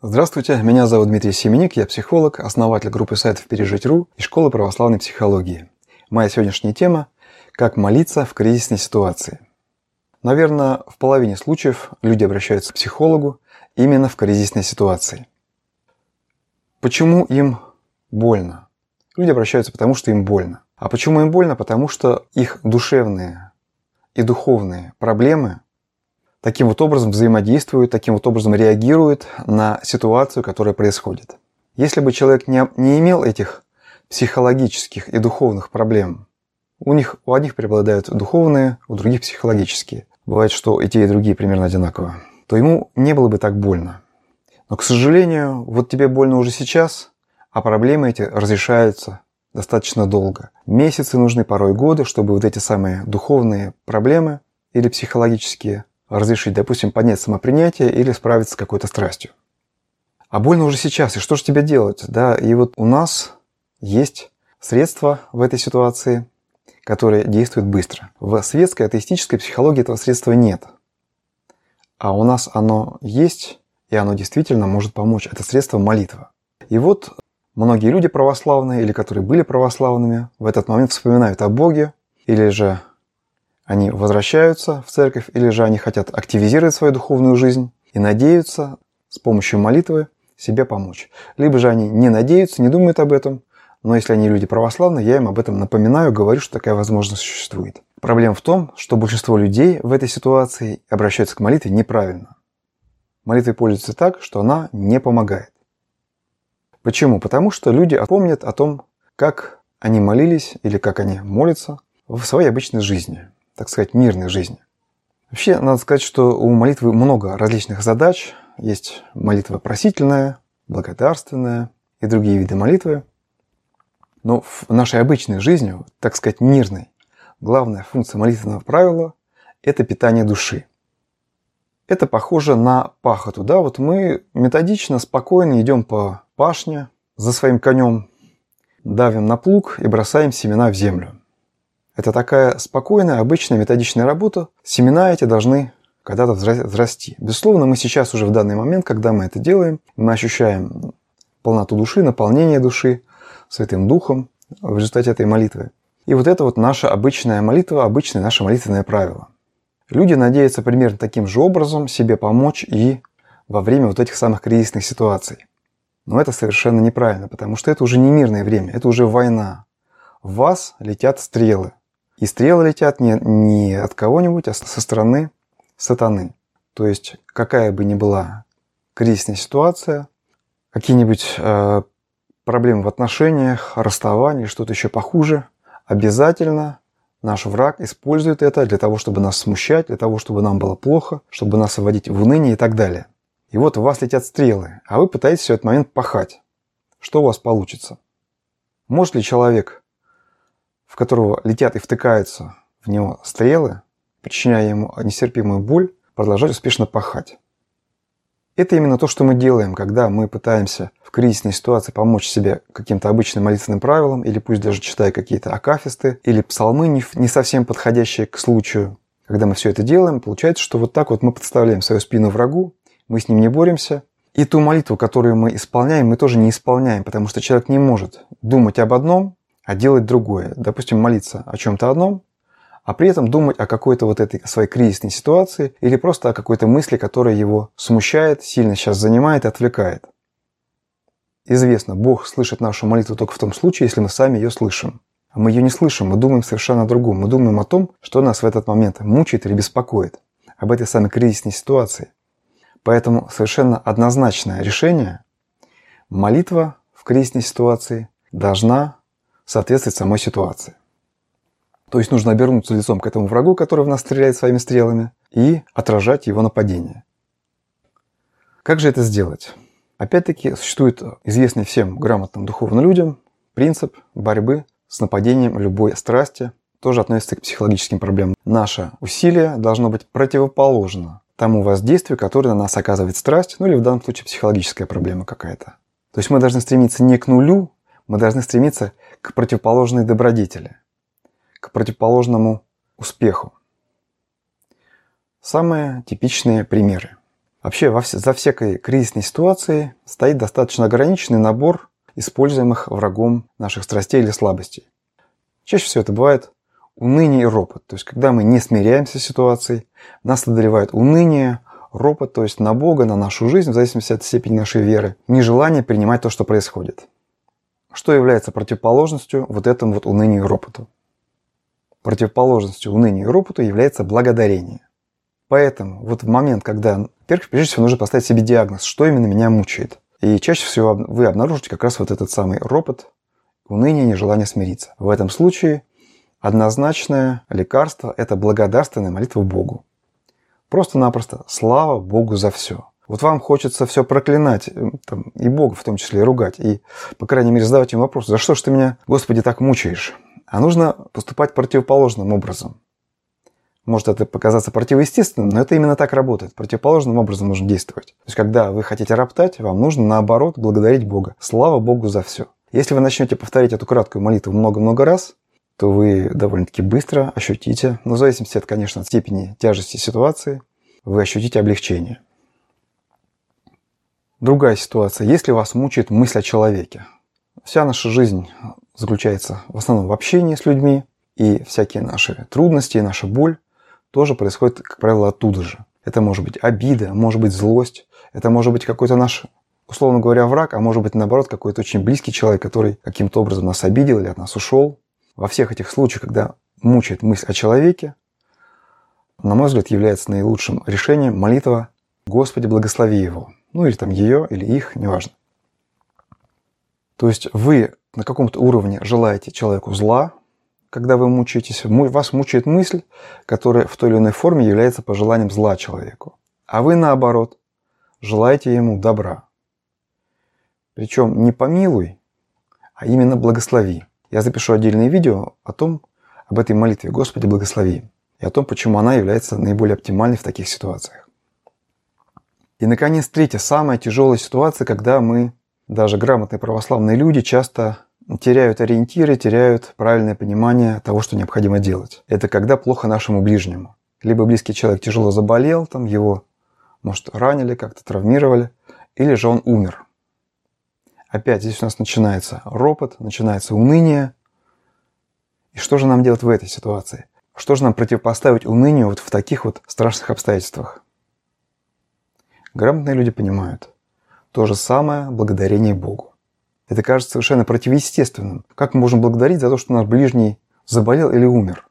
Здравствуйте, меня зовут Дмитрий Семеник, я психолог, основатель группы сайтов «Пережить.ру» и школы православной психологии. Моя сегодняшняя тема – как молиться в кризисной ситуации. Наверное, в половине случаев люди обращаются к психологу именно в кризисной ситуации. Почему им больно? Люди обращаются потому, что им больно. А почему им больно? Потому что их душевные и духовные проблемы таким вот образом взаимодействуют, таким вот образом реагируют на ситуацию, которая происходит. Если бы человек не имел этих психологических и духовных проблем, у одних преобладают духовные, у других психологические. Бывает, что и те, и другие примерно одинаково. То ему не было бы так больно. Но, к сожалению, вот тебе больно уже сейчас, а проблемы эти разрешаются достаточно долго. Месяцы нужны, порой годы, чтобы вот эти самые духовные проблемы или психологические разрешить, допустим, поднять самопринятие или справиться с какой-то страстью. А больно уже сейчас, и что же тебе делать? Да, и вот у нас есть средства в этой ситуации, которые действуют быстро. В светской атеистической психологии этого средства нет. А у нас оно есть, и оно действительно может помочь. Это средство молитва. И вот многие люди православные, или которые были православными, в этот момент вспоминают о Боге, или же они возвращаются в церковь, или же они хотят активизировать свою духовную жизнь и надеются с помощью молитвы себе помочь. Либо же они не надеются, не думают об этом, но если они люди православные, я им об этом напоминаю, говорю, что такая возможность существует. Проблема в том, что большинство людей в этой ситуации обращаются к молитве неправильно. Молитвой пользуются так, что она не помогает. Почему? Потому что люди помнят о том, как они молились или как они молятся в своей обычной жизни. Так сказать, мирной жизни. Вообще, надо сказать, что у молитвы много различных задач. Есть молитва просительная, благодарственная и другие виды молитвы. Но в нашей обычной жизни, так сказать, мирной, главная функция молитвенного правила – это питание души. Это похоже на пахоту. Да? Вот мы методично, спокойно идем по пашне за своим конем, давим на плуг и бросаем семена в землю. Это такая спокойная, обычная, методичная работа. Семена эти должны когда-то взрасти. Безусловно, мы сейчас уже в данный момент, когда мы это делаем, мы ощущаем полноту души, наполнение души Святым Духом в результате этой молитвы. И вот это вот наша обычная молитва, обычное наше молитвенное правило. Люди надеются примерно таким же образом себе помочь и во время вот этих самых кризисных ситуаций. Но это совершенно неправильно, потому что это уже не мирное время, это уже война. В вас летят стрелы. И стрелы летят не от кого-нибудь, а со стороны сатаны. То есть, какая бы ни была кризисная ситуация, какие-нибудь проблемы в отношениях, расставание, что-то еще похуже, обязательно наш враг использует это для того, чтобы нас смущать, для того, чтобы нам было плохо, чтобы нас вводить в уныние и так далее. И вот у вас летят стрелы, а вы пытаетесь в этот момент пахать. Что у вас получится? Может ли человек, в которого летят и втыкаются в него стрелы, причиняя ему нестерпимую боль, продолжать успешно пахать? Это именно то, что мы делаем, когда мы пытаемся в кризисной ситуации помочь себе каким-то обычным молитвенным правилам, или пусть даже читая какие-то акафисты, или псалмы, не совсем подходящие к случаю. Когда мы все это делаем, получается, что вот так вот мы подставляем свою спину врагу, мы с ним не боремся. И ту молитву, которую мы исполняем, мы тоже не исполняем, потому что человек не может думать об одном, а делать другое. Допустим, молиться о чем-то одном, а при этом думать о какой-то вот этой своей кризисной ситуации или просто о какой-то мысли, которая его смущает, сильно сейчас занимает и отвлекает. Известно, Бог слышит нашу молитву только в том случае, если мы сами ее слышим. А мы ее не слышим, мы думаем совершенно о другом. Мы думаем о том, что нас в этот момент мучает или беспокоит, об этой самой кризисной ситуации. Поэтому совершенно однозначное решение – молитва в кризисной ситуации должна соответствовать самой ситуации. То есть нужно обернуться лицом к этому врагу, который в нас стреляет своими стрелами, и отражать его нападение. Как же это сделать? Опять-таки существует известный всем грамотным духовным людям принцип борьбы с нападением любой страсти, тоже относится к психологическим проблемам. Наше усилие должно быть противоположно тому воздействию, которое на нас оказывает страсть, ну или в данном случае психологическая проблема какая-то. То есть мы должны стремиться не к нулю, мы должны стремиться к противоположной добродетели, к противоположному успеху. Самые типичные примеры. Вообще, за всякой кризисной ситуацией стоит достаточно ограниченный набор используемых врагом наших страстей или слабостей. Чаще всего это бывает уныние и ропот. То есть, когда мы не смиряемся с ситуацией, нас одолевает уныние, ропот, то есть на Бога, на нашу жизнь, в зависимости от степени нашей веры, нежелание принимать то, что происходит. Что является противоположностью вот этому вот унынию и ропоту? Противоположностью унынию и ропоту является благодарение. Поэтому вот в момент, когда, во-первых, прежде всего нужно поставить себе диагноз, что именно меня мучает. И чаще всего вы обнаружите как раз вот этот самый ропот, уныние, нежелание смириться. В этом случае однозначное лекарство – это благодарственная молитва Богу. Просто-напросто слава Богу за все. Вот вам хочется все проклинать, и Бога в том числе, и ругать, и, по крайней мере, задавать им вопрос, за что ж ты меня, Господи, так мучаешь? А нужно поступать противоположным образом. Может это показаться противоестественным, но это именно так работает. Противоположным образом нужно действовать. То есть, когда вы хотите роптать, вам нужно, наоборот, благодарить Бога. Слава Богу за все. Если вы начнете повторять эту краткую молитву много-много раз, то вы довольно-таки быстро ощутите, в зависимости от, конечно, от степени тяжести ситуации, вы ощутите облегчение. Другая ситуация. Если вас мучает мысль о человеке. Вся наша жизнь заключается в основном в общении с людьми, и всякие наши трудности, и наша боль тоже происходит, как правило, оттуда же. Это может быть обида, может быть злость, это может быть какой-то наш, условно говоря, враг, а может быть, наоборот, какой-то очень близкий человек, который каким-то образом нас обидел или от нас ушел. Во всех этих случаях, когда мучает мысль о человеке, на мой взгляд, является наилучшим решением молитва «Господи, благослови его». Ну, или там ее, или их, неважно. То есть вы на каком-то уровне желаете человеку зла, когда вы мучаетесь, вас мучает мысль, которая в той или иной форме является пожеланием зла человеку. А вы, наоборот, желаете ему добра. Причем не помилуй, а именно благослови. Я запишу отдельное видео об этой молитве «Господи, благослови» и о том, почему она является наиболее оптимальной в таких ситуациях. И, наконец, третья, самая тяжелая ситуация, когда мы, даже грамотные православные люди, часто теряют ориентиры, теряют правильное понимание того, что необходимо делать. Это когда плохо нашему ближнему. Либо близкий человек тяжело заболел, его, может, ранили, как-то травмировали, или же он умер. Опять здесь у нас начинается ропот, начинается уныние. И что же нам делать в этой ситуации? Что же нам противопоставить унынию вот в таких вот страшных обстоятельствах? Грамотные люди понимают. То же самое благодарение Богу. Это кажется совершенно противоестественным. Как мы можем благодарить за то, что наш ближний заболел или умер?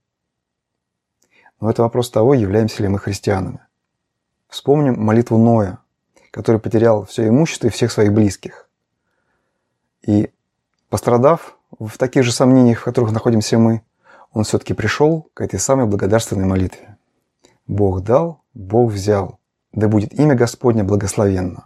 Но это вопрос того, являемся ли мы христианами. Вспомним молитву Ноя, который потерял все имущество и всех своих близких. И, пострадав в таких же сомнениях, в которых находимся мы, он все-таки пришел к этой самой благодарственной молитве. Бог дал, Бог взял, да будет имя Господне благословенно.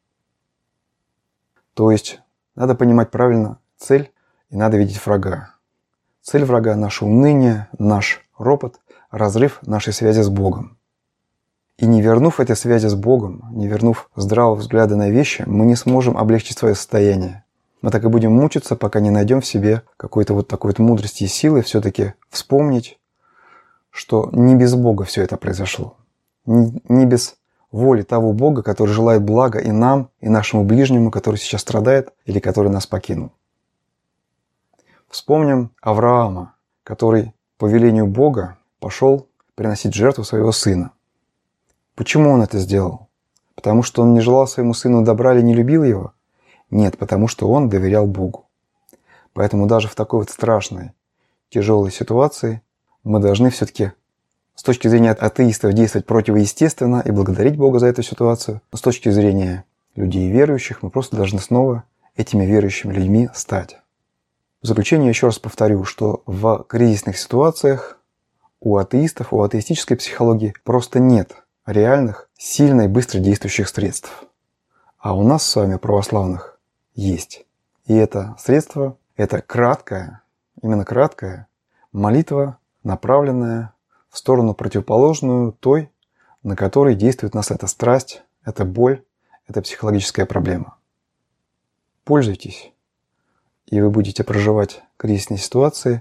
То есть, надо понимать правильно цель и надо видеть врага. Цель врага – наше уныние, наш ропот, разрыв нашей связи с Богом. И не вернув этой связи с Богом, не вернув здравого взгляда на вещи, мы не сможем облегчить свое состояние. Мы так и будем мучиться, пока не найдем в себе какой-то вот такой вот мудрости и силы все-таки вспомнить, что не без Бога все это произошло. Не без воли того Бога, который желает блага и нам, и нашему ближнему, который сейчас страдает или который нас покинул. Вспомним Авраама, который по велению Бога пошел приносить жертву своего сына. Почему он это сделал? Потому что он не желал своему сыну добра или не любил его? Нет, потому что он доверял Богу. Поэтому даже в такой вот страшной, тяжелой ситуации мы должны все-таки с точки зрения атеистов действовать противоестественно и благодарить Бога за эту ситуацию. Но с точки зрения людей верующих мы просто должны снова этими верующими людьми стать. В заключение еще раз повторю, что в кризисных ситуациях у атеистов, у атеистической психологии просто нет реальных, сильно и быстро действующих средств. А у нас с вами, православных, есть. И это средство, это краткая, именно краткая молитва, направленная в сторону противоположную той, на которой действует нас эта страсть, эта боль, эта психологическая проблема. Пользуйтесь, и вы будете проживать кризисные ситуации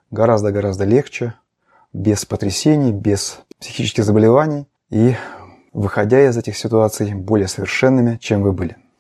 гораздо-гораздо легче, без потрясений, без психических заболеваний, и выходя из этих ситуаций более совершенными, чем вы были.